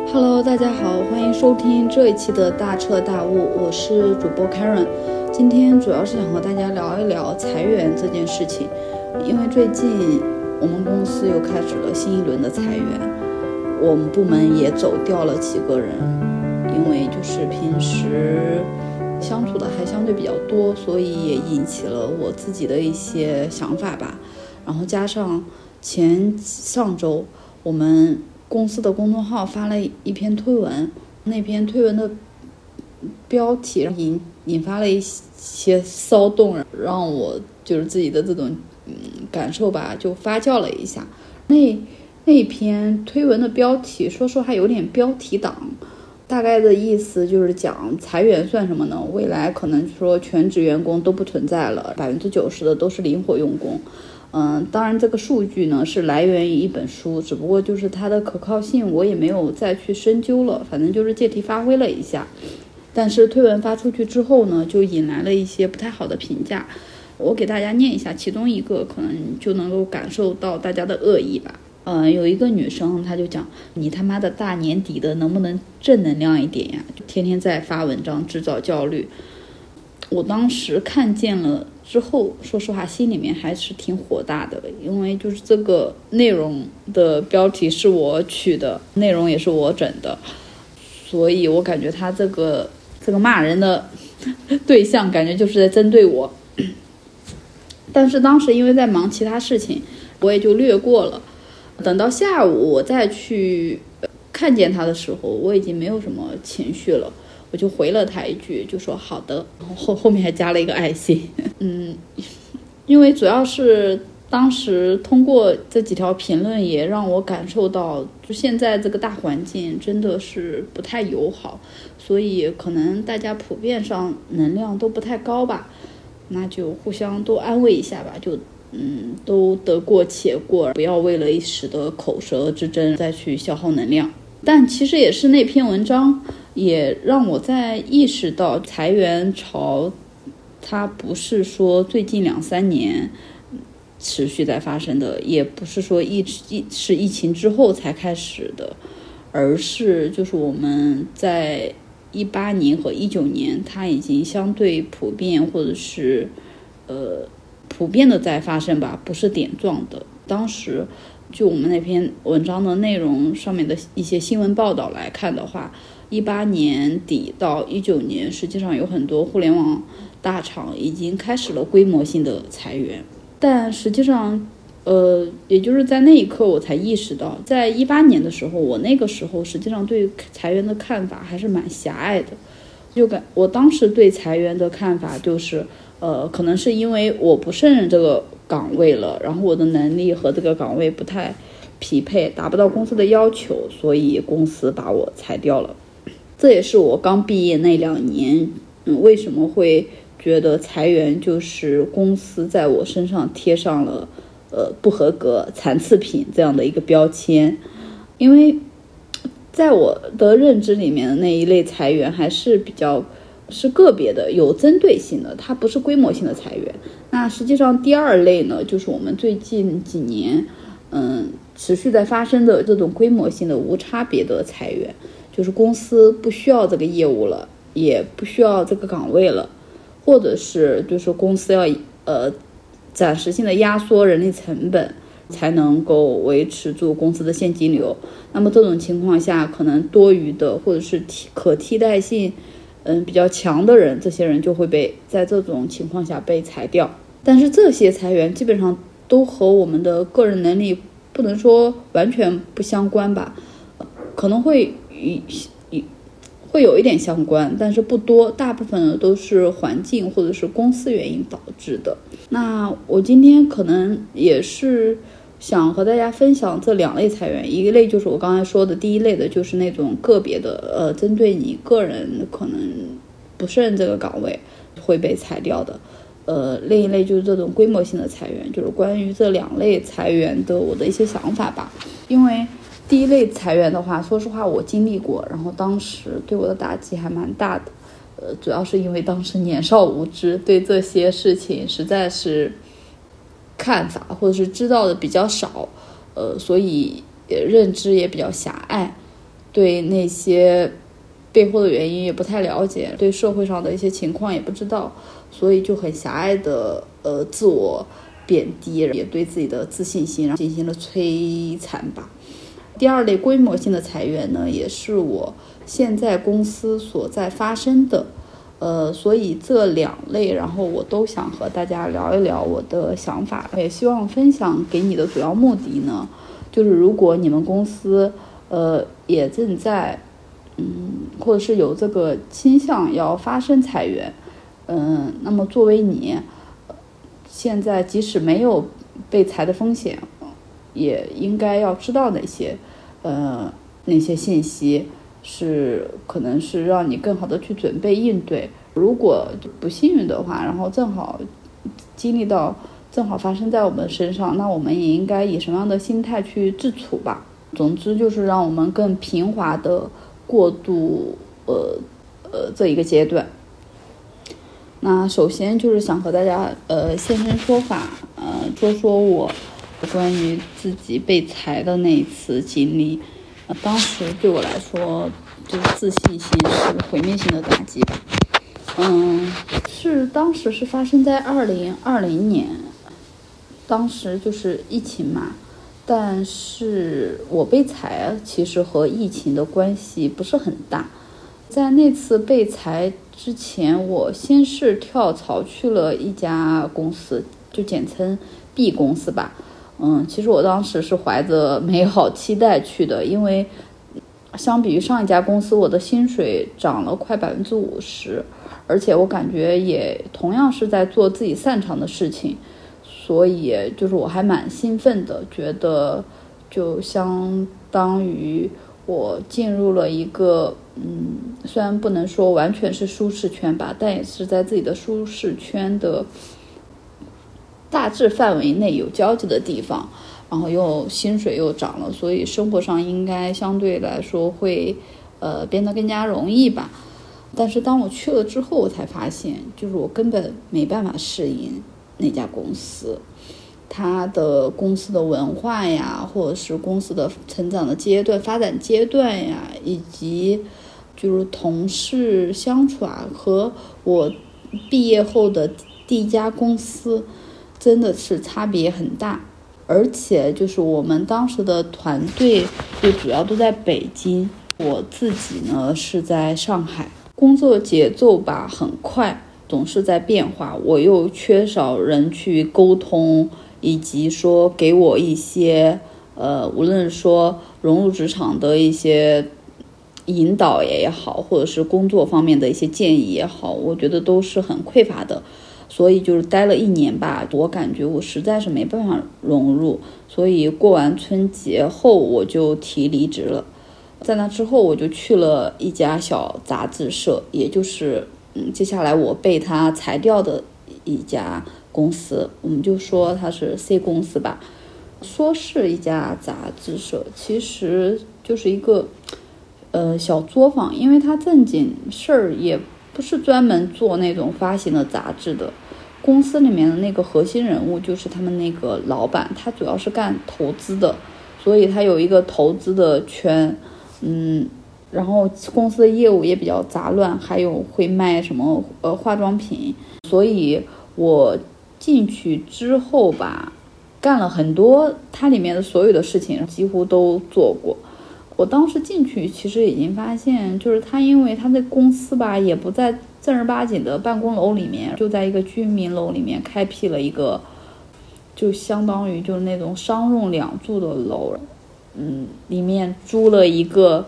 Hello， 大家好，欢迎收听这一期的大彻大悟，我是主播 Karen。今天主要是想和大家聊一聊裁员这件事情，因为最近我们公司又开始了新一轮的裁员，我们部门也走掉了几个人，因为就是平时相处的还相对比较多，所以也引起了我自己的一些想法吧。然后加上上周我们公司的公众号发了一篇推文，那篇推文的标题引发了一些骚动，让我就是自己的这种感受吧，就发酵了一下。那篇推文的标题，说实话有点标题党，大概的意思就是讲裁员算什么呢？未来可能说全职员工都不存在了，90%的都是灵活用工。当然这个数据呢是来源于一本书，只不过就是它的可靠性我也没有再去深究了，反正就是借题发挥了一下。但是推文发出去之后呢，就引来了一些不太好的评价，我给大家念一下其中一个，可能就能够感受到大家的恶意吧。有一个女生她就讲，你他妈的大年底的能不能正能量一点呀，就天天在发文章制造焦虑。我当时看见了之后，说实话心里面还是挺火大的，因为就是这个内容的标题是我取的，内容也是我整的，所以我感觉他这个骂人的对象感觉就是在针对我。但是当时因为在忙其他事情，我也就略过了。等到下午我再去看见他的时候，我已经没有什么情绪了，我就回了他一句，就说好的，然后后面还加了一个爱心。因为主要是当时通过这几条评论也让我感受到，就现在这个大环境真的是不太友好，所以可能大家普遍上能量都不太高吧，那就互相都安慰一下吧，就都得过且过，不要为了一时的口舌之争再去消耗能量。但其实也是那篇文章也让我在意识到，裁员潮它不是说最近2-3年持续在发生的，也不是说是疫情之后才开始的，而是就是我们在18年和19年它已经相对普遍，或者是普遍的在发生吧，不是点状的。当时就我们那篇文章的内容上面的一些新闻报道来看的话，18年底到19年实际上有很多互联网大厂已经开始了规模性的裁员。但实际上也就是在那一刻我才意识到，在18年的时候，我那个时候实际上对裁员的看法还是蛮狭隘的。我当时对裁员的看法就是可能是因为我不胜任这个岗位了，然后我的能力和这个岗位不太匹配，达不到公司的要求，所以公司把我裁掉了。这也是我刚毕业那2年为什么会觉得裁员就是公司在我身上贴上了不合格、残次品这样的一个标签。因为在我的认知里面的那一类裁员还是是个别的，有针对性的，它不是规模性的裁员。那实际上第二类呢，就是我们最近几年持续在发生的这种规模性的无差别的裁员，就是公司不需要这个业务了，也不需要这个岗位了，或者是就是公司要暂时性的压缩人力成本，才能够维持住公司的现金流。那么这种情况下，可能多余的或者是可替代性比较强的人，这些人就会在这种情况下被裁掉。但是这些裁员基本上都和我们的个人能力不能说完全不相关吧，可能会有一点相关，但是不多，大部分都是环境或者是公司原因导致的。那我今天可能也是想和大家分享这2类裁员，一类就是我刚才说的第一类的，就是那种个别的针对你个人可能不胜任这个岗位会被裁掉的。另一类就是这种规模性的裁员，就是关于这2类裁员的我的一些想法吧。因为第一类裁员的话，说实话我经历过，然后当时对我的打击还蛮大的。主要是因为当时年少无知，对这些事情实在是看法或者是知道的比较少，所以认知也比较狭隘。 对那些背后的原因也不太了解，对社会上的一些情况也不知道，所以就很狭隘的自我贬低，也对自己的自信心进行了摧残吧。第二类规模性的裁员呢，也是我现在公司所在发生的，所以这两类，然后我都想和大家聊一聊我的想法，也希望分享给你的主要目的呢，就是如果你们公司也正在或者是有这个倾向要发生裁员，那么作为你现在即使没有被裁的风险，也应该要知道哪些信息是可能是让你更好的去准备应对。如果不幸运的话，然后正好发生在我们身上，那我们也应该以什么样的心态去自处吧。总之就是让我们更平滑的过渡这一个阶段。那首先就是想和大家现身说法，说说我关于自己被裁的那一次经历。当时对我来说，就是自信心是毁灭性的打击吧。当时是发生在2020年，当时就是疫情嘛。但是我被裁其实和疫情的关系不是很大。在那次被裁之前，我先是跳槽去了一家公司，就简称 B 公司吧。其实我当时是怀着美好期待去的，因为相比于上一家公司，我的薪水涨了快50%，而且我感觉也同样是在做自己擅长的事情，所以就是我还蛮兴奋的，觉得就相当于我进入了一个虽然不能说完全是舒适圈吧，但也是在自己的舒适圈的大致范围内有交集的地方，然后又薪水又涨了，所以生活上应该相对来说会变得更加容易吧。但是当我去了之后，我才发现就是我根本没办法适应那家公司，它的公司的文化呀，或者是公司的成长的阶段、发展阶段呀，以及就是同事相处啊，和我毕业后的第一家公司真的是差别很大。而且就是我们当时的团队就主要都在北京，我自己呢是在上海，工作节奏吧很快，总是在变化，我又缺少人去沟通，以及说给我一些无论说融入职场的一些引导也好，或者是工作方面的一些建议也好，我觉得都是很匮乏的。所以就是待了1年吧，我感觉我实在是没办法融入，所以过完春节后我就提离职了。在那之后我就去了一家小杂志社，也就是接下来我被他裁掉的一家公司，我们就说它是 C 公司吧。说是一家杂志社，其实就是一个小作坊，因为它正经事儿也不是专门做那种发行的杂志的。公司里面的那个核心人物就是他们那个老板，他主要是干投资的，所以他有一个投资的圈，然后公司的业务也比较杂乱，还有会卖什么化妆品。所以我进去之后吧，干了很多它里面的所有的事情，几乎都做过。我当时进去其实已经发现，就是他因为他的公司吧也不在正儿八经的办公楼里面，就在一个居民楼里面开辟了一个就相当于就是那种商用2住的楼，里面租了一个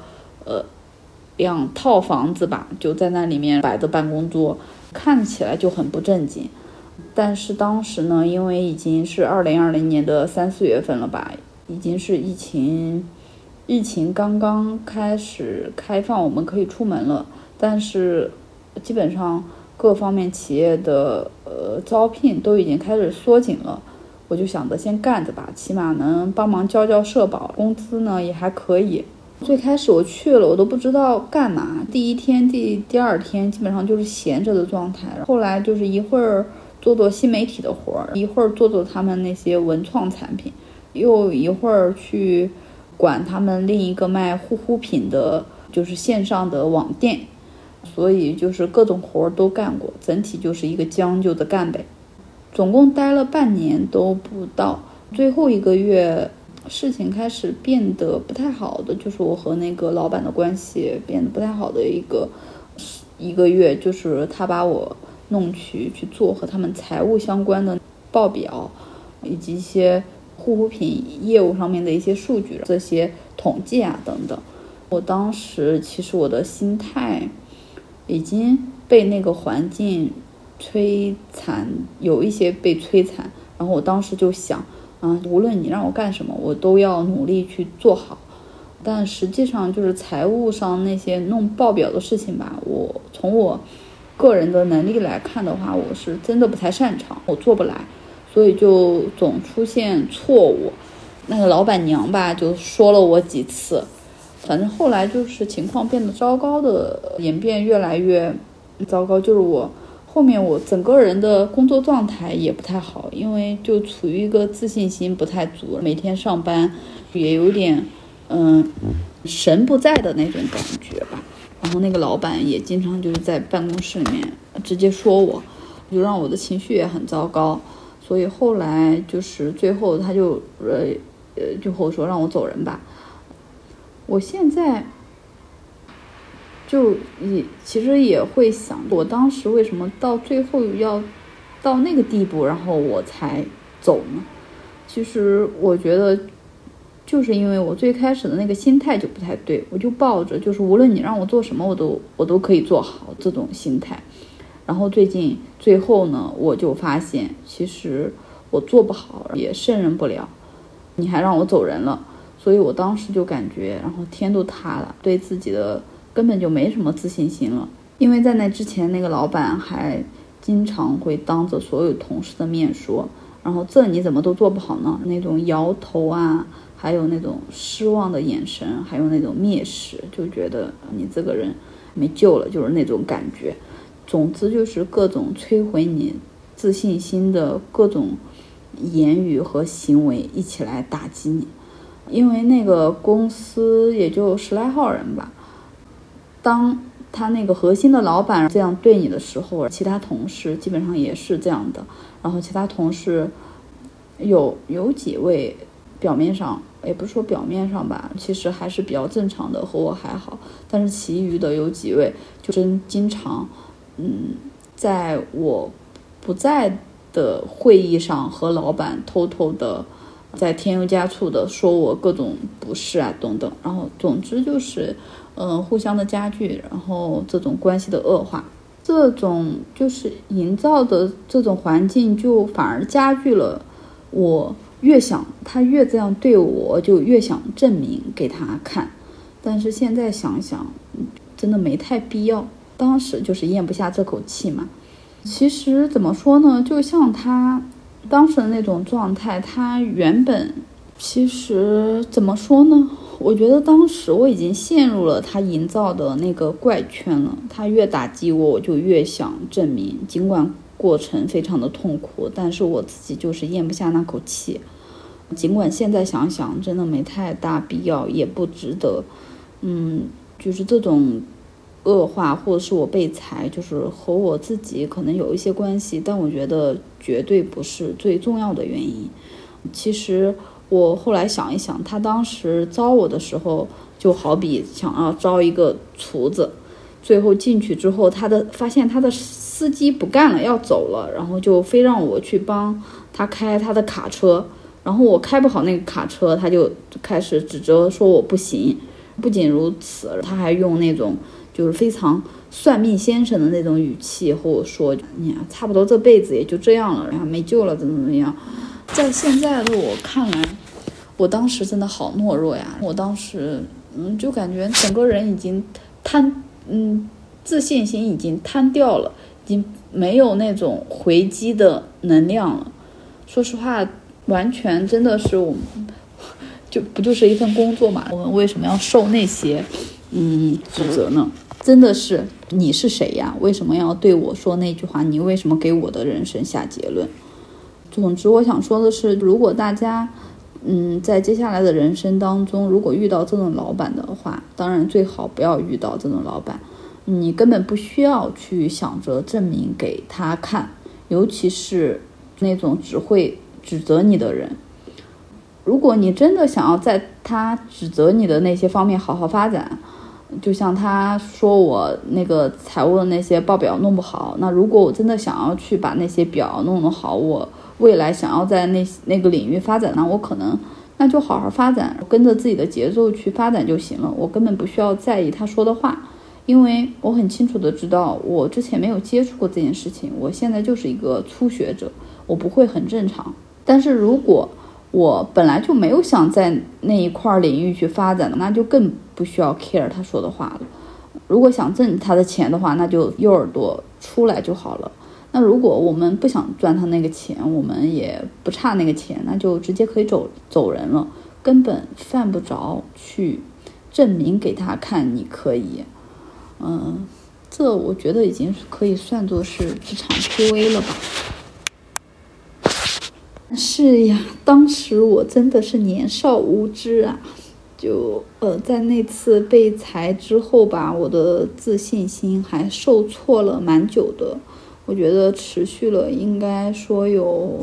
2套房子吧，就在那里面摆着办公桌，看起来就很不正经。但是当时呢，因为已经是2020年的3、4月份了吧，已经是疫情刚刚开始开放，我们可以出门了，但是基本上各方面企业的招聘都已经开始缩紧了。我就想着先干着吧，起码能帮忙交社保，工资呢也还可以。最开始我去了，我都不知道干嘛，第1天第2天基本上就是闲着的状态，后来就是一会儿做新媒体的活儿，一会儿做他们那些文创产品，又一会儿去管他们另一个卖护肤品的，就是线上的网店，所以就是各种活都干过，整体就是一个将就的干呗。总共待了半年都不到，最后1个月事情开始变得不太好的，就是我和那个老板的关系变得不太好的一个月，就是他把我弄去做和他们财务相关的报表，以及一些护肤品业务上面的一些数据，这些统计啊等等。我当时其实我的心态已经被那个环境摧残，有一些被摧残，然后我当时就想无论你让我干什么，我都要努力去做好。但实际上就是财务上那些弄报表的事情吧，我从我个人的能力来看的话，我是真的不太擅长，我做不来，所以就总出现错误。那个老板娘吧就说了我几次，反正后来就是情况变得糟糕的演变越来越糟糕，就是后面我整个人的工作状态也不太好，因为就处于一个自信心不太足，每天上班也有点神不在的那种感觉吧。然后那个老板也经常就是在办公室里面直接说我，就让我的情绪也很糟糕。所以后来就是最后他就最后说让我走人吧。我现在就其实也会想，我当时为什么到最后要到那个地步，然后我才走呢？其实我觉得就是因为我最开始的那个心态就不太对，我就抱着就是无论你让我做什么我都可以做好这种心态。然后最后呢，我就发现其实我做不好，也胜任不了，你还让我走人了。所以我当时就感觉然后天都塌了，对自己的根本就没什么自信心了。因为在那之前那个老板还经常会当着所有同事的面说，然后这你怎么都做不好呢，那种摇头啊，还有那种失望的眼神，还有那种蔑视，就觉得你这个人没救了，就是那种感觉。总之就是各种摧毁你自信心的各种言语和行为一起来打击你。因为那个公司也就10来号人吧，当他那个核心的老板这样对你的时候，其他同事基本上也是这样的。然后其他同事有几位表面上，也不是说表面上吧，其实还是比较正常的，和我还好。但是其余的有几位就经常在我不在的会议上和老板偷偷的在添油加醋的说我各种不是啊等等，然后总之就是互相的加剧，然后这种关系的恶化，这种就是营造的这种环境就反而加剧了我越想他越这样对我，就越想证明给他看。但是现在想想真的没太必要，当时就是咽不下这口气嘛。其实怎么说呢，就像他当时的那种状态，他原本其实怎么说呢，我觉得当时我已经陷入了他营造的那个怪圈了。他越打击我，我就越想证明，尽管过程非常的痛苦，但是我自己就是咽不下那口气。尽管现在想想真的没太大必要，也不值得。就是这种恶化或者是我被裁，就是和我自己可能有一些关系，但我觉得绝对不是最重要的原因。其实我后来想一想，他当时招我的时候就好比想要招一个厨子，最后进去之后发现他的司机不干了要走了，然后就非让我去帮他开他的卡车，然后我开不好那个卡车，他就开始指责说我不行。不仅如此，他还用那种就是非常算命先生的那种语气和我说，你差不多这辈子也就这样了，没救了，怎么样。在现在的我看来，我当时真的好懦弱呀。我当时就感觉整个人已经自信心已经瘫掉了，已经没有那种回击的能量了。说实话，完全真的是我们不就是一份工作嘛，我们为什么要受那些指责呢？真的是你是谁呀？为什么要对我说那句话？你为什么给我的人生下结论？总之我想说的是，如果大家在接下来的人生当中，如果遇到这种老板的话，当然最好不要遇到这种老板，你根本不需要去想着证明给他看，尤其是那种只会指责你的人。如果你真的想要在他指责你的那些方面好好发展，就像他说我那个财务的那些报表弄不好，那如果我真的想要去把那些表弄得好，我未来想要在那个领域发展，那我可能那就好好发展，跟着自己的节奏去发展就行了，我根本不需要在意他说的话，因为我很清楚的知道我之前没有接触过这件事情，我现在就是一个初学者，我不会很正常。但是如果我本来就没有想在那一块领域去发展的，那就更不需要 care 他说的话了。如果想挣他的钱的话，那就右耳朵出来就好了。那如果我们不想赚他那个钱，我们也不差那个钱，那就直接可以走人了，根本犯不着去证明给他看你可以。这我觉得已经可以算作是职场 PUA 了吧。是呀，当时我真的是年少无知啊，在那次被裁之后吧，我的自信心还受挫了蛮久的，我觉得持续了应该说有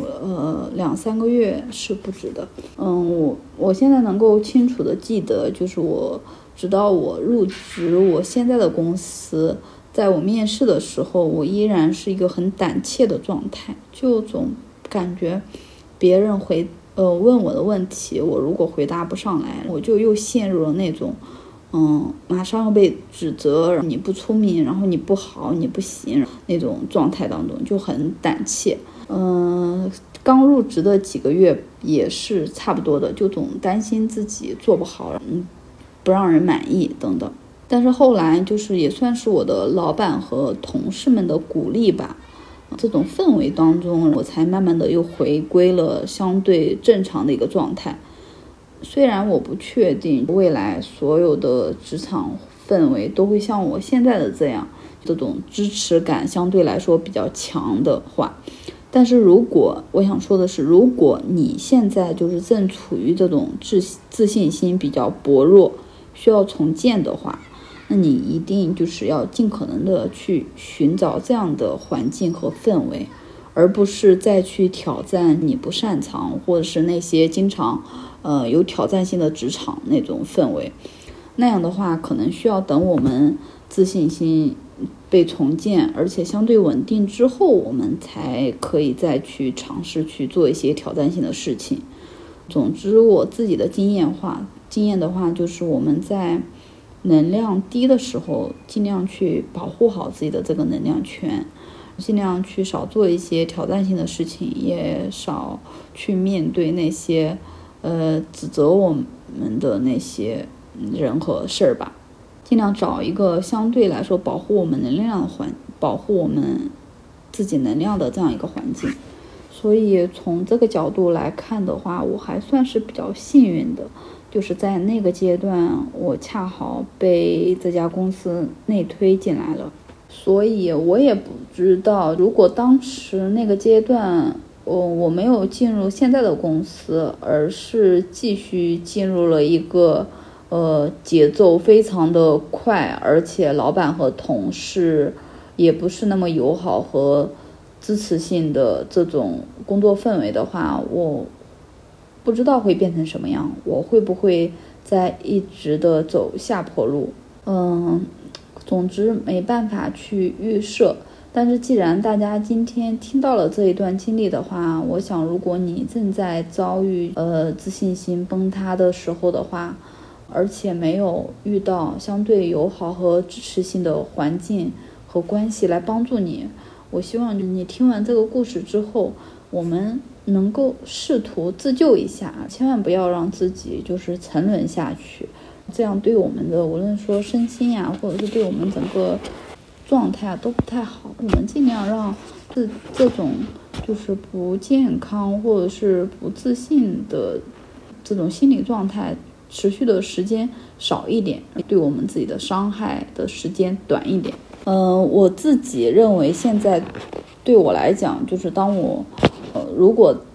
2-3个月是不止的。我现在能够清楚的记得，就是直到我入职我现在的公司，在我面试的时候，我依然是一个很胆怯的状态，就总感觉别人问我的问题，我如果回答不上来，我就又陷入了那种马上要被指责你不聪明，然后你不好，你不行那种状态当中，就很胆怯。刚入职的几个月也是差不多的，就总担心自己做不好，不让人满意等等。但是后来就是也算是我的老板和同事们的鼓励吧，这种氛围当中，我才慢慢的又回归了相对正常的一个状态。虽然我不确定未来所有的职场氛围都会像我现在的这样，这种支持感相对来说比较强的话，但是我想说的是，如果你现在就是正处于这种自信心比较薄弱，需要重建的话，那你一定就是要尽可能的去寻找这样的环境和氛围，而不是再去挑战你不擅长或者是那些经常有挑战性的职场那种氛围。那样的话可能需要等我们自信心被重建而且相对稳定之后，我们才可以再去尝试去做一些挑战性的事情。总之我自己的经验的话，就是我们在能量低的时候，尽量去保护好自己的这个能量圈，尽量去少做一些挑战性的事情，也少去面对那些指责我们的那些人和事儿吧。尽量找一个相对来说保护我们能量的保护我们自己能量的这样一个环境。所以从这个角度来看的话，我还算是比较幸运的，就是在那个阶段我恰好被这家公司内推进来了。所以我也不知道，如果当时那个阶段我没有进入现在的公司，而是继续进入了一个节奏非常的快，而且老板和同事也不是那么友好和支持性的这种工作氛围的话，我不知道会变成什么样，我会不会再一直的走下坡路。总之没办法去预设。但是既然大家今天听到了这一段经历的话，我想如果你正在遭遇自信心崩塌的时候的话，而且没有遇到相对友好和支持性的环境和关系来帮助你，我希望你听完这个故事之后，我们能够试图自救一下，千万不要让自己就是沉沦下去，这样对我们的无论说身心呀，或者是对我们整个状态都不太好。我们尽量让这种就是不健康或者是不自信的这种心理状态持续的时间少一点，对我们自己的伤害的时间短一点。我自己认为现在对我来讲，就是当我如果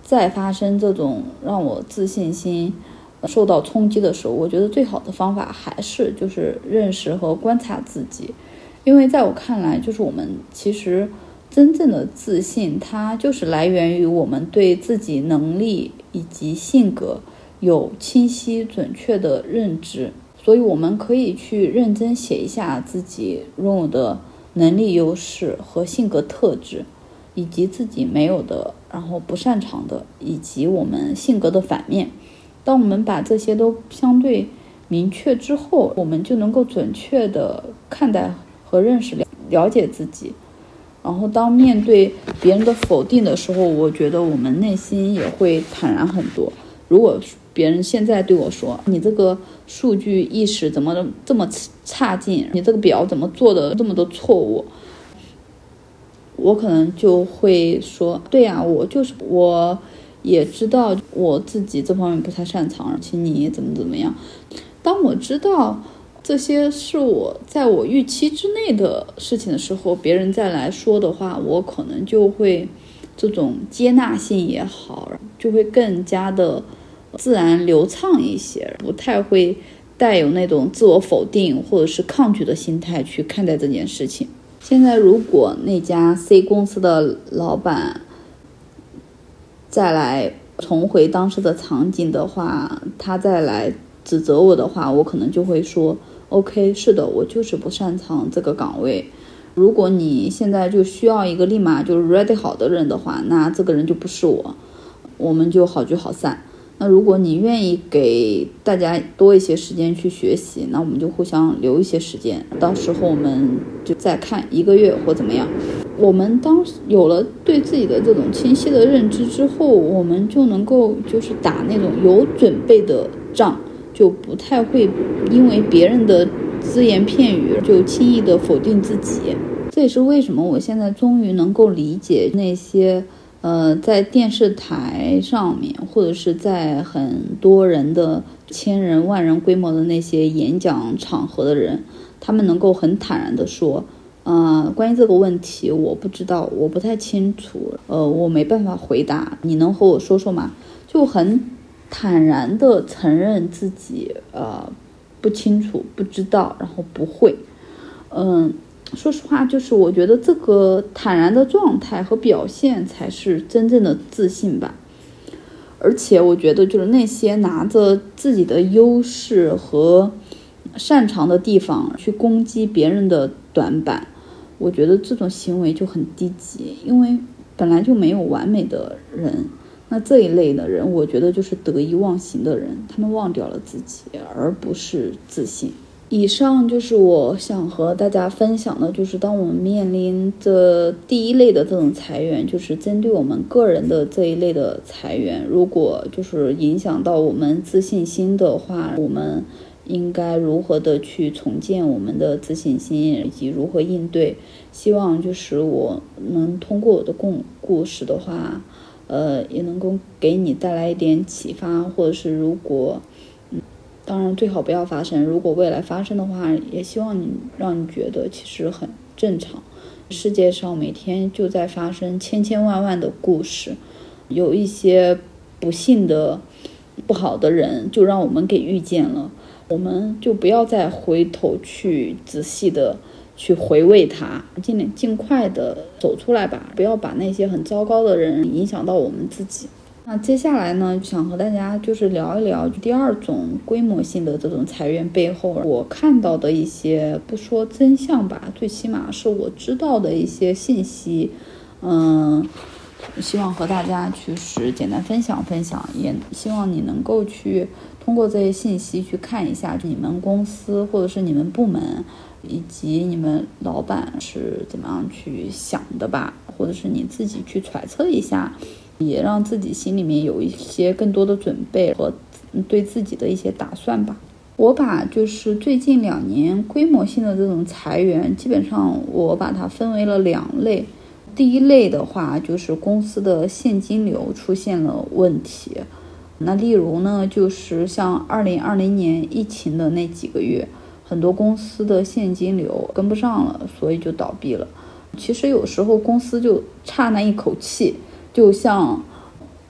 再发生这种让我自信心受到冲击的时候，我觉得最好的方法还是就是认识和观察自己。因为在我看来，就是我们其实真正的自信，它就是来源于我们对自己能力以及性格有清晰准确的认知。所以我们可以去认真写一下自己拥有的能力优势和性格特质，以及自己没有的，然后不擅长的，以及我们性格的反面。当我们把这些都相对明确之后，我们就能够准确的看待和认识了解自己。然后当面对别人的否定的时候，我觉得我们内心也会坦然很多。如果别人现在对我说，你这个数据意识怎么这么差劲，你这个表怎么做的这么多错误，我可能就会说，对呀，我也知道我自己这方面不太擅长，请你怎么样。当我知道这些是在我预期之内的事情的时候，别人再来说的话，我可能就会这种接纳性也好，就会更加的自然流畅一些，不太会带有那种自我否定或者是抗拒的心态去看待这件事情。现在如果那家 C 公司的老板再来重回当时的场景的话，他再来指责我的话，我可能就会说 OK， 是的，我就是不擅长这个岗位。如果你现在就需要一个立马就 ready 好的人的话，那这个人就不是我们就好聚好散。那如果你愿意给大家多一些时间去学习，那我们就互相留一些时间，到时候我们就再看1个月或怎么样。我们当有了对自己的这种清晰的认知之后，我们就能够就是打那种有准备的仗，就不太会因为别人的只言片语就轻易的否定自己。这也是为什么我现在终于能够理解那些在电视台上面，或者是在很多人的千人万人规模的那些演讲场合的人，他们能够很坦然的说关于这个问题我不知道，我不太清楚，我没办法回答，你能和我说说吗？就很坦然的承认自己不清楚，不知道，然后不会。说实话，就是我觉得这个坦然的状态和表现才是真正的自信吧。而且我觉得就是那些拿着自己的优势和擅长的地方去攻击别人的短板，我觉得这种行为就很低级，因为本来就没有完美的人。那这一类的人，我觉得就是得意忘形的人，他们忘掉了自己，而不是自信。以上就是我想和大家分享的，就是当我们面临这第一类的这种裁员，就是针对我们个人的这一类的裁员，如果就是影响到我们自信心的话，我们应该如何的去重建我们的自信心，以及如何应对。希望就是我能通过我的故事的话也能够给你带来一点启发，或者是如果当然最好不要发生，如果未来发生的话，也希望让你觉得其实很正常。世界上每天就在发生千千万万的故事，有一些不幸的不好的人就让我们给遇见了，我们就不要再回头去仔细的去回味它，尽快的走出来吧，不要把那些很糟糕的人影响到我们自己。那接下来呢，想和大家就是聊一聊第二种规模性的这种裁员背后我看到的一些，不说真相吧，最起码是我知道的一些信息。希望和大家就是简单分享，也希望你能够去通过这些信息去看一下你们公司或者是你们部门以及你们老板是怎么样去想的吧，或者是你自己去揣测一下，也让自己心里面有一些更多的准备和对自己的一些打算吧。我把就是最近2年规模性的这种裁员，基本上我把它分为了2类。第一类的话，就是公司的现金流出现了问题。那例如呢，就是像2020年疫情的那几个月，很多公司的现金流跟不上了，所以就倒闭了。其实有时候公司就差那一口气，就像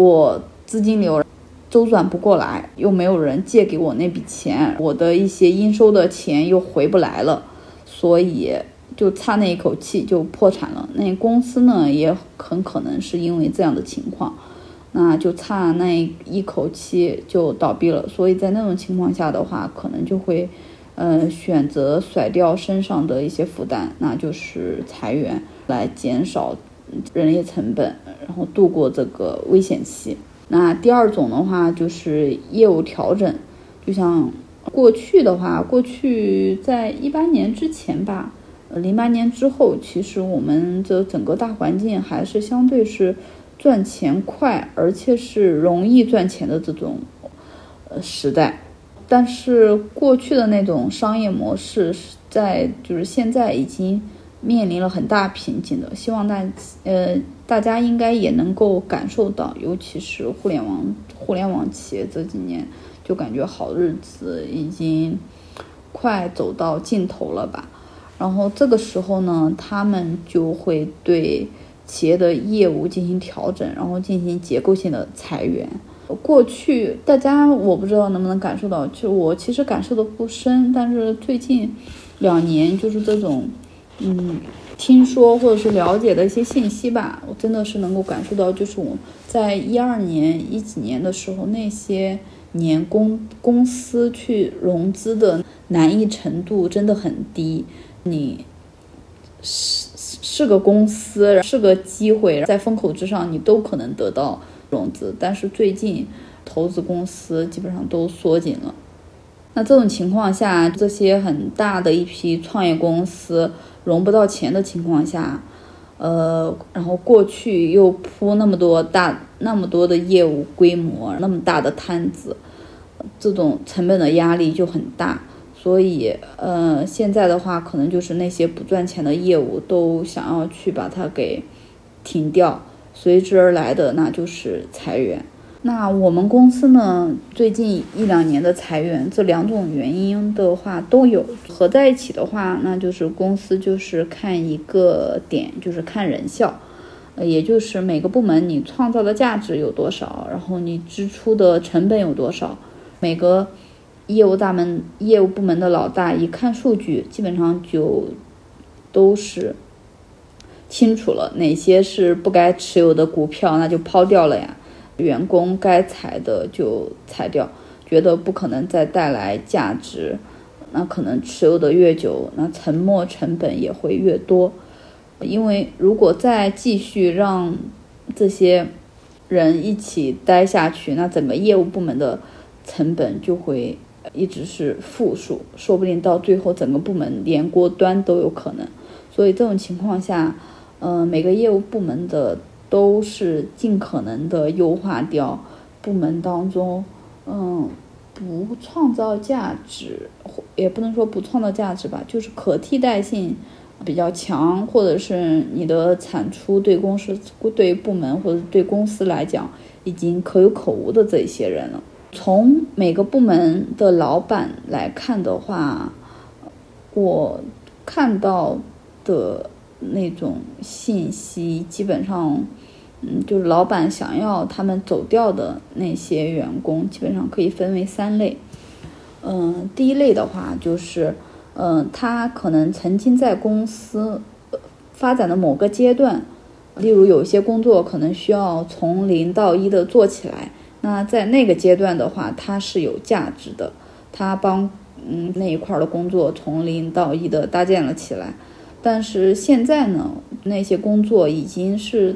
我资金流周转不过来，又没有人借给我那笔钱，我的一些应收的钱又回不来了，所以就差那一口气就破产了。那公司呢也很可能是因为这样的情况，那就差那一口气就倒闭了。所以在那种情况下的话，可能就会选择甩掉身上的一些负担，那就是裁员来减少人力成本，然后度过这个危险期。那第二种的话就是业务调整，就像过去的话，过去在18年之前吧，08年之后，其实我们的整个大环境还是相对是赚钱快，而且是容易赚钱的这种时代。但是过去的那种商业模式就是现在已经面临了很大瓶颈的，希望大家应该也能够感受到，尤其是互联网企业这几年，就感觉好日子已经快走到尽头了吧。然后这个时候呢，他们就会对企业的业务进行调整，然后进行结构性的裁员。过去大家我不知道能不能感受到，就我其实感受的不深，但是最近2年就是这种听说或者是了解的一些信息吧，我真的是能够感受到，就是我在12年10几年的时候，那些年公司去融资的难易程度真的很低，你是个公司，是个机会，在风口之上你都可能得到融资，但是最近投资公司基本上都缩紧了。那这种情况下，这些很大的一批创业公司融不到钱的情况下，然后过去又铺那么多的业务规模，那么大的摊子，这种成本的压力就很大。所以现在的话，可能就是那些不赚钱的业务都想要去把它给停掉，随之而来的那就是裁员。那我们公司呢，最近1-2年的裁员，这2种原因的话都有，合在一起的话，那就是公司就是看一个点，就是看人效，也就是每个部门你创造的价值有多少，然后你支出的成本有多少。每个业务部门的老大一看数据，基本上就都是清楚了哪些是不该持有的股票，那就抛掉了呀。员工该裁的就裁掉，觉得不可能再带来价值，那可能持有的越久，那沉没成本也会越多。因为如果再继续让这些人一起待下去，那整个业务部门的成本就会一直是负数，说不定到最后整个部门连锅端都有可能。所以这种情况下，每个业务部门的都是尽可能的优化掉部门当中不创造价值，也不能说不创造价值吧，就是可替代性比较强，或者是你的产出对部门或者对公司来讲已经可有可无的这些人了。从每个部门的老板来看的话，我看到的那种信息基本上就是老板想要他们走掉的那些员工基本上可以分为3类。第一类的话就是他可能曾经在公司发展的某个阶段，例如有些工作可能需要从0到1的做起来，那在那个阶段的话他是有价值的，他帮那一块的工作从0到1的搭建了起来。但是现在呢，那些工作已经是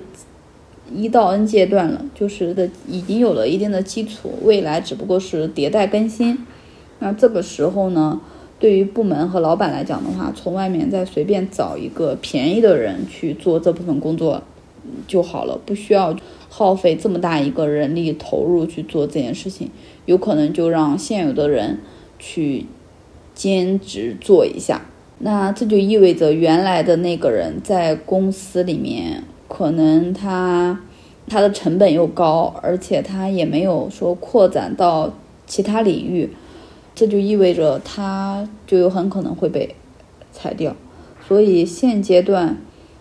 1到N 阶段了，就是已经有了一定的基础，未来只不过是迭代更新。那这个时候呢，对于部门和老板来讲的话，从外面再随便找一个便宜的人去做这部分工作就好了，不需要耗费这么大一个人力投入去做这件事情，有可能就让现有的人去兼职做一下。那这就意味着原来的那个人在公司里面可能他的成本又高，而且他也没有说扩展到其他领域，这就意味着他就有很可能会被裁掉。所以现阶段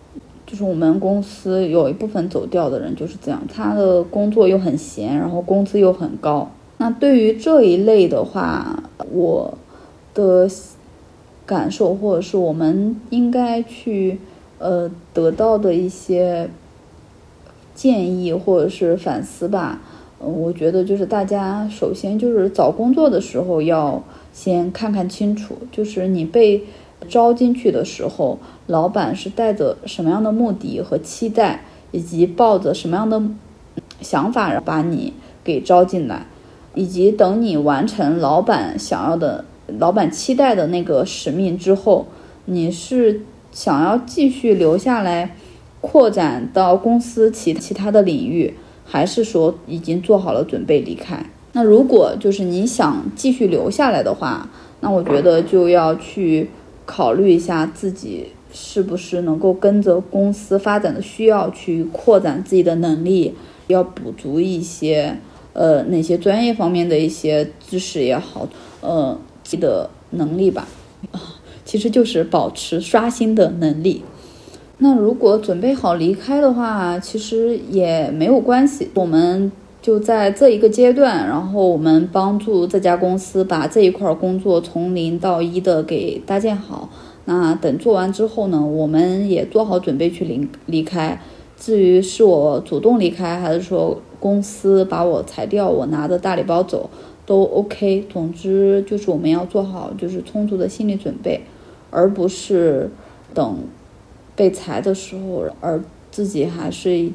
就是我们公司有一部分走掉的人就是这样，他的工作又很闲，然后工资又很高。那对于这一类的话，我的感受或者是我们应该去得到的一些建议或者是反思吧。我觉得就是大家首先就是找工作的时候要先看看清楚，就是你被招进去的时候，老板是带着什么样的目的和期待，以及抱着什么样的想法把你给招进来，以及等你完成老板想要的、老板期待的那个使命之后，你是想要继续留下来扩展到公司其他的领域，还是说已经做好了准备离开？那如果就是你想继续留下来的话，那我觉得就要去考虑一下自己是不是能够跟着公司发展的需要去扩展自己的能力，要补足一些那些专业方面的一些知识也好，自己的能力吧，其实就是保持刷新的能力。那如果准备好离开的话，其实也没有关系，我们就在这一个阶段，然后我们帮助这家公司把这一块工作从0到1的给搭建好。那等做完之后呢，我们也做好准备去离开。至于是我主动离开，还是说公司把我裁掉，我拿着大礼包走，都 OK。总之就是我们要做好就是充足的心理准备，而不是等被裁的时候，而自己还是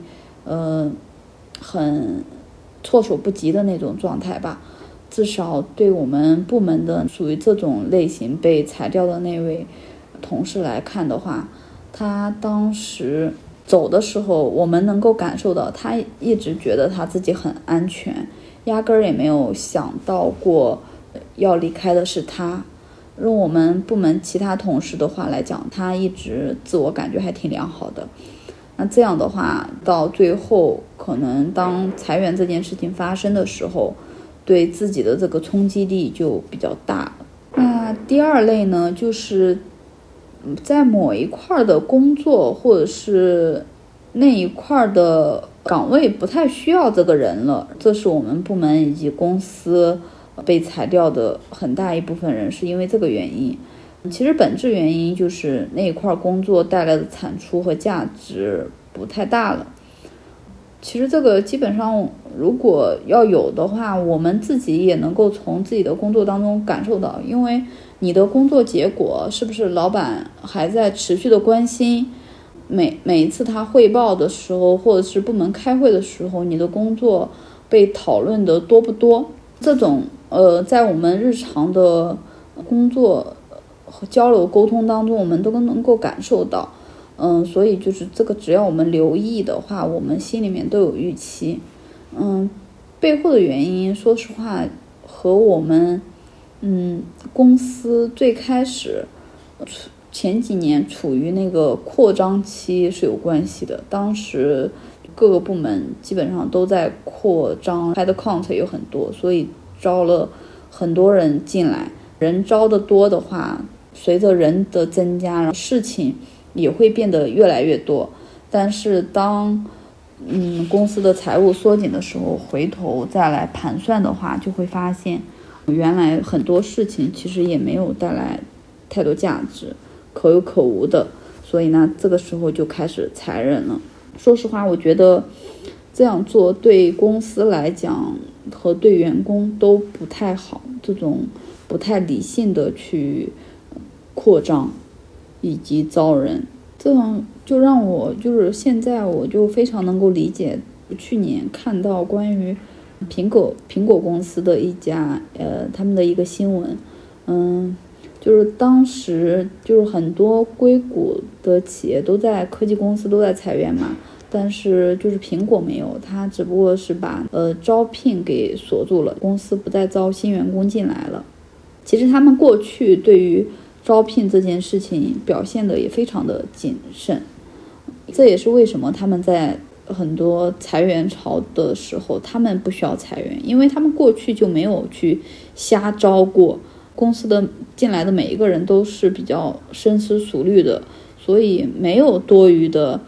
很措手不及的那种状态吧。至少对我们部门的属于这种类型被裁掉的那位同事来看的话，他当时走的时候，我们能够感受到他一直觉得他自己很安全，压根儿也没有想到过要离开的是他。用我们部门其他同事的话来讲，他一直自我感觉还挺良好的。那这样的话，到最后可能当裁员这件事情发生的时候，对自己的这个冲击力就比较大。那第二类呢，就是在某一块的工作或者是那一块的岗位不太需要这个人了，这是我们部门以及公司被裁掉的很大一部分人是因为这个原因。其实本质原因就是那一块工作带来的产出和价值不太大了。其实这个基本上如果要有的话，我们自己也能够从自己的工作当中感受到，因为你的工作结果是不是老板还在持续的关心，每一次他汇报的时候，或者是部门开会的时候，你的工作被讨论的多不多，这种在我们日常的工作和交流沟通当中，我们都能够感受到。所以就是这个只要我们留意的话，我们心里面都有预期。背后的原因说实话和我们公司最开始前几年处于那个扩张期是有关系的。当时各个部门基本上都在扩张， headcount 有很多，所以招了很多人进来。人招的多的话，随着人的增加，事情也会变得越来越多。但是当公司的财务缩紧的时候，回头再来盘算的话，就会发现原来很多事情其实也没有带来太多价值，可有可无的。所以呢，这个时候就开始裁人了。说实话，我觉得这样做对公司来讲和对员工都不太好，这种不太理性的去扩张以及招人，这样就让我就是现在我就非常能够理解去年看到关于苹果公司的一家他们的一个新闻。就是当时就是很多硅谷的企业都在科技公司都在裁员嘛，但是就是苹果没有，它只不过是把招聘给锁住了，公司不再招新员工进来了。其实他们过去对于招聘这件事情表现的也非常的谨慎，这也是为什么他们在很多裁员潮的时候他们不需要裁员，因为他们过去就没有去瞎招过，公司的进来的每一个人都是比较深思熟虑的，所以没有多余的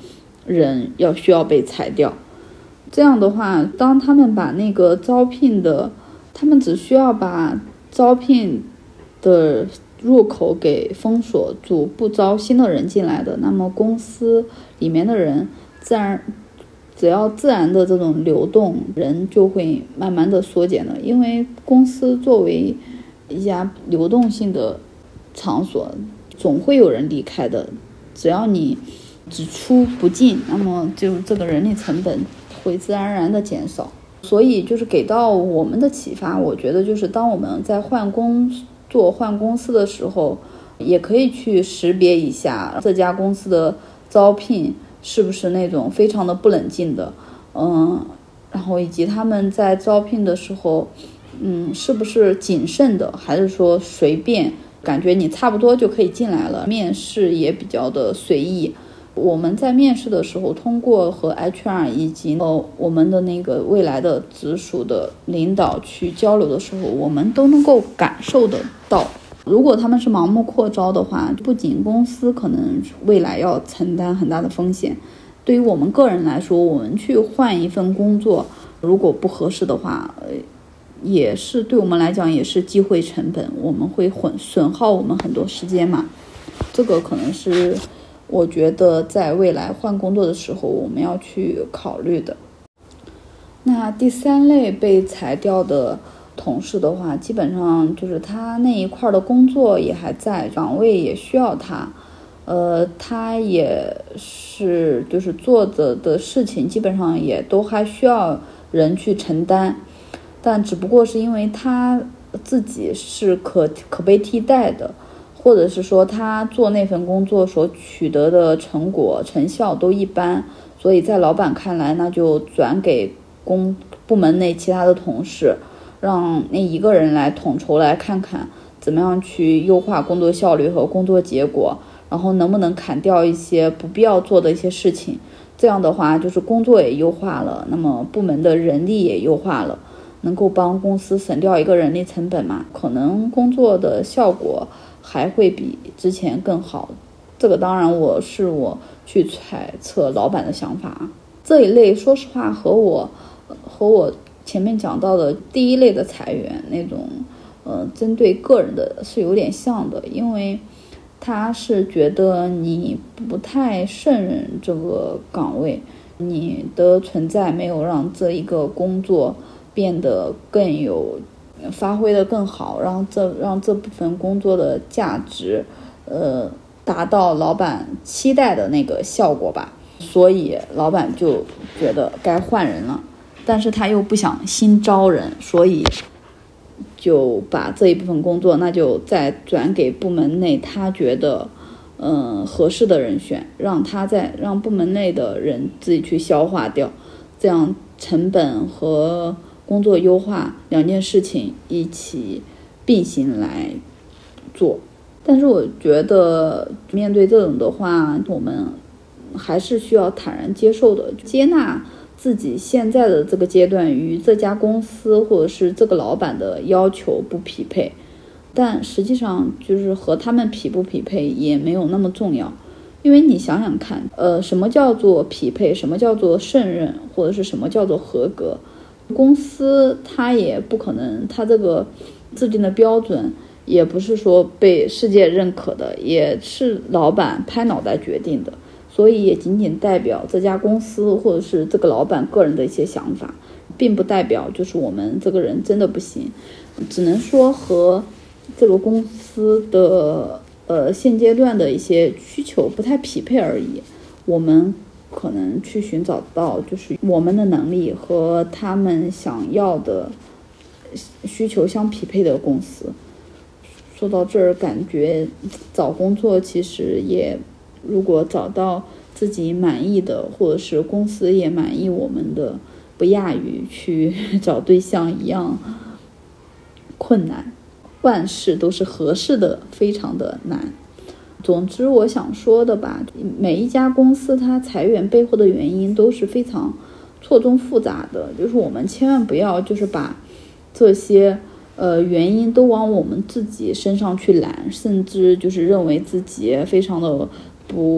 人需要被裁掉。这样的话，当他们把那个他们只需要把招聘的入口给封锁住，不招新的人进来的，那么公司里面的人只要自然的这种流动，人就会慢慢的缩减的。因为公司作为一家流动性的场所，总会有人离开的，只要你只出不进，那么就这个人力成本会自然而然的减少。所以就是给到我们的启发，我觉得就是当我们在换公司的时候，也可以去识别一下这家公司的招聘是不是那种非常的不冷静的，然后以及他们在招聘的时候，是不是谨慎的，还是说随便，感觉你差不多就可以进来了。面试也比较的随意。我们在面试的时候，通过和 HR 以及我们的那个未来的直属的领导去交流的时候，我们都能够感受得到，如果他们是盲目扩招的话，不仅公司可能未来要承担很大的风险，对于我们个人来说，我们去换一份工作，如果不合适的话，也是对我们来讲也是机会成本，我们会损耗我们很多时间嘛。这个可能是我觉得在未来换工作的时候我们要去考虑的。那第三类被裁掉的同事的话，基本上就是他那一块的工作也还在，岗位也需要他，他也是就是做的事情基本上也都还需要人去承担，但只不过是因为他自己是可被替代的，或者是说他做那份工作所取得的成效都一般，所以在老板看来，那就转给部门内其他的同事，让那一个人来统筹，来看看怎么样去优化工作效率和工作结果，然后能不能砍掉一些不必要做的一些事情。这样的话就是工作也优化了，那么部门的人力也优化了，能够帮公司省掉一个人力成本嘛，可能工作的效果还会比之前更好。这个当然我去揣测老板的想法。这一类说实话和我前面讲到的第一类的裁员那种针对个人的是有点像的，因为他是觉得你不太胜任这个岗位，你的存在没有让这一个工作变得更有发挥的更好，让这部分工作的价值达到老板期待的那个效果吧，所以老板就觉得该换人了，但是他又不想新招人，所以就把这一部分工作那就再转给部门内他觉得合适的人选，让部门内的人自己去消化掉，这样成本和工作优化两件事情一起并行来做。但是我觉得面对这种的话，我们还是需要坦然接受的，接纳自己现在的这个阶段与这家公司或者是这个老板的要求不匹配，但实际上就是和他们匹不匹配也没有那么重要。因为你想想看，什么叫做匹配，什么叫做胜任，或者是什么叫做合格，公司它也不可能，它这个制定的标准也不是说被世界认可的，也是老板拍脑袋决定的，所以也仅仅代表这家公司或者是这个老板个人的一些想法，并不代表就是我们这个人真的不行，只能说和这个公司的现阶段的一些需求不太匹配而已。我们可能去寻找到就是我们的能力和他们想要的需求相匹配的公司。说到这儿，感觉找工作其实也如果找到自己满意的，或者是公司也满意我们的，不亚于去找对象一样困难，万事都是合适的，非常的难。总之我想说的吧，每一家公司它裁员背后的原因都是非常错综复杂的，就是我们千万不要就是把这些原因都往我们自己身上去揽，甚至就是认为自己非常的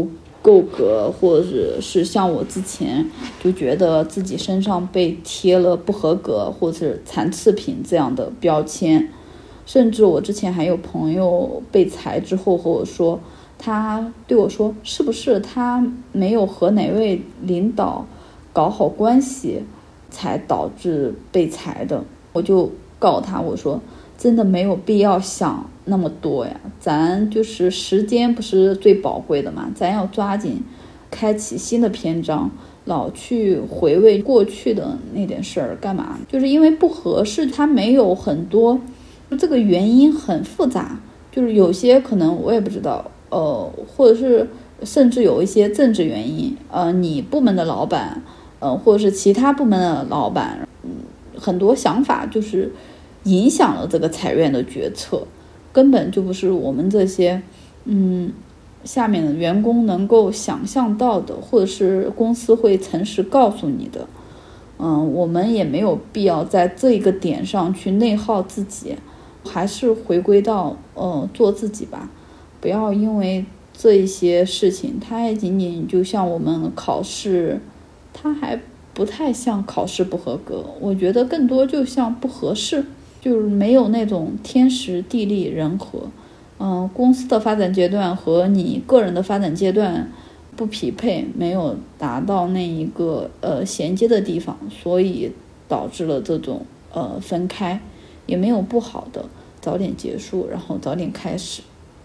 够格，或者是像我之前就觉得自己身上被贴了不合格或者是残次品这样的标签。甚至我之前还有朋友被裁之后和我说，他对我说是不是他没有和哪位领导搞好关系才导致被裁的。我就告诉他，我说真的没有必要想那么多呀，咱就是时间不是最宝贵的嘛，咱要抓紧开启新的篇章，老去回味过去的那点事儿干嘛？就是因为不合适，它没有很多这个原因很复杂，就是有些可能我也不知道，或者是甚至有一些政治原因，你部门的老板，或者是其他部门的老板，很多想法就是影响了这个裁员的决策，根本就不是我们这些下面的员工能够想象到的，或者是公司会诚实告诉你的。我们也没有必要在这一个点上去内耗自己，还是回归到做自己吧，不要因为这一些事情，它也仅仅就像我们考试，它还不太像考试不合格，我觉得更多就像不合适，就是没有那种天时地利人和。公司的发展阶段和你个人的发展阶段不匹配，没有达到那一个衔接的地方，所以导致了这种分开，也没有不好的，早点结束，然后早点开始。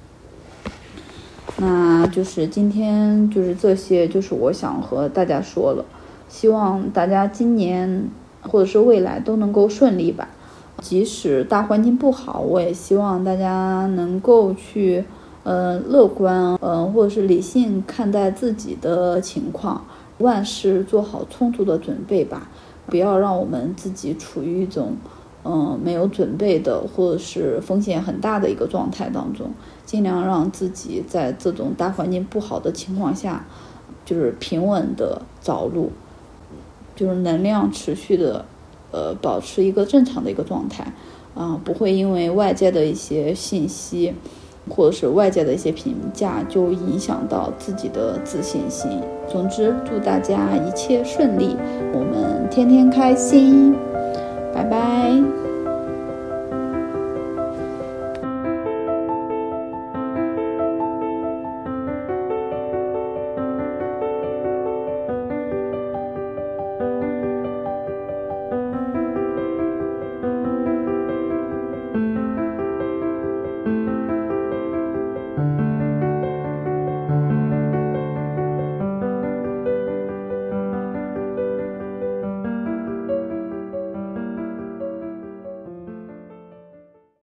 那就是今天就是这些，就是我想和大家说了，希望大家今年或者是未来都能够顺利吧。即使大环境不好，我也希望大家能够去乐观，或者是理性看待自己的情况，万事做好充足的准备吧，不要让我们自己处于一种没有准备的或者是风险很大的一个状态当中，尽量让自己在这种大环境不好的情况下，就是平稳的着陆，就是能量持续的保持一个正常的一个状态，不会因为外界的一些信息或者是外界的一些评价就影响到自己的自信心。总之，祝大家一切顺利，我们天天开心，拜拜。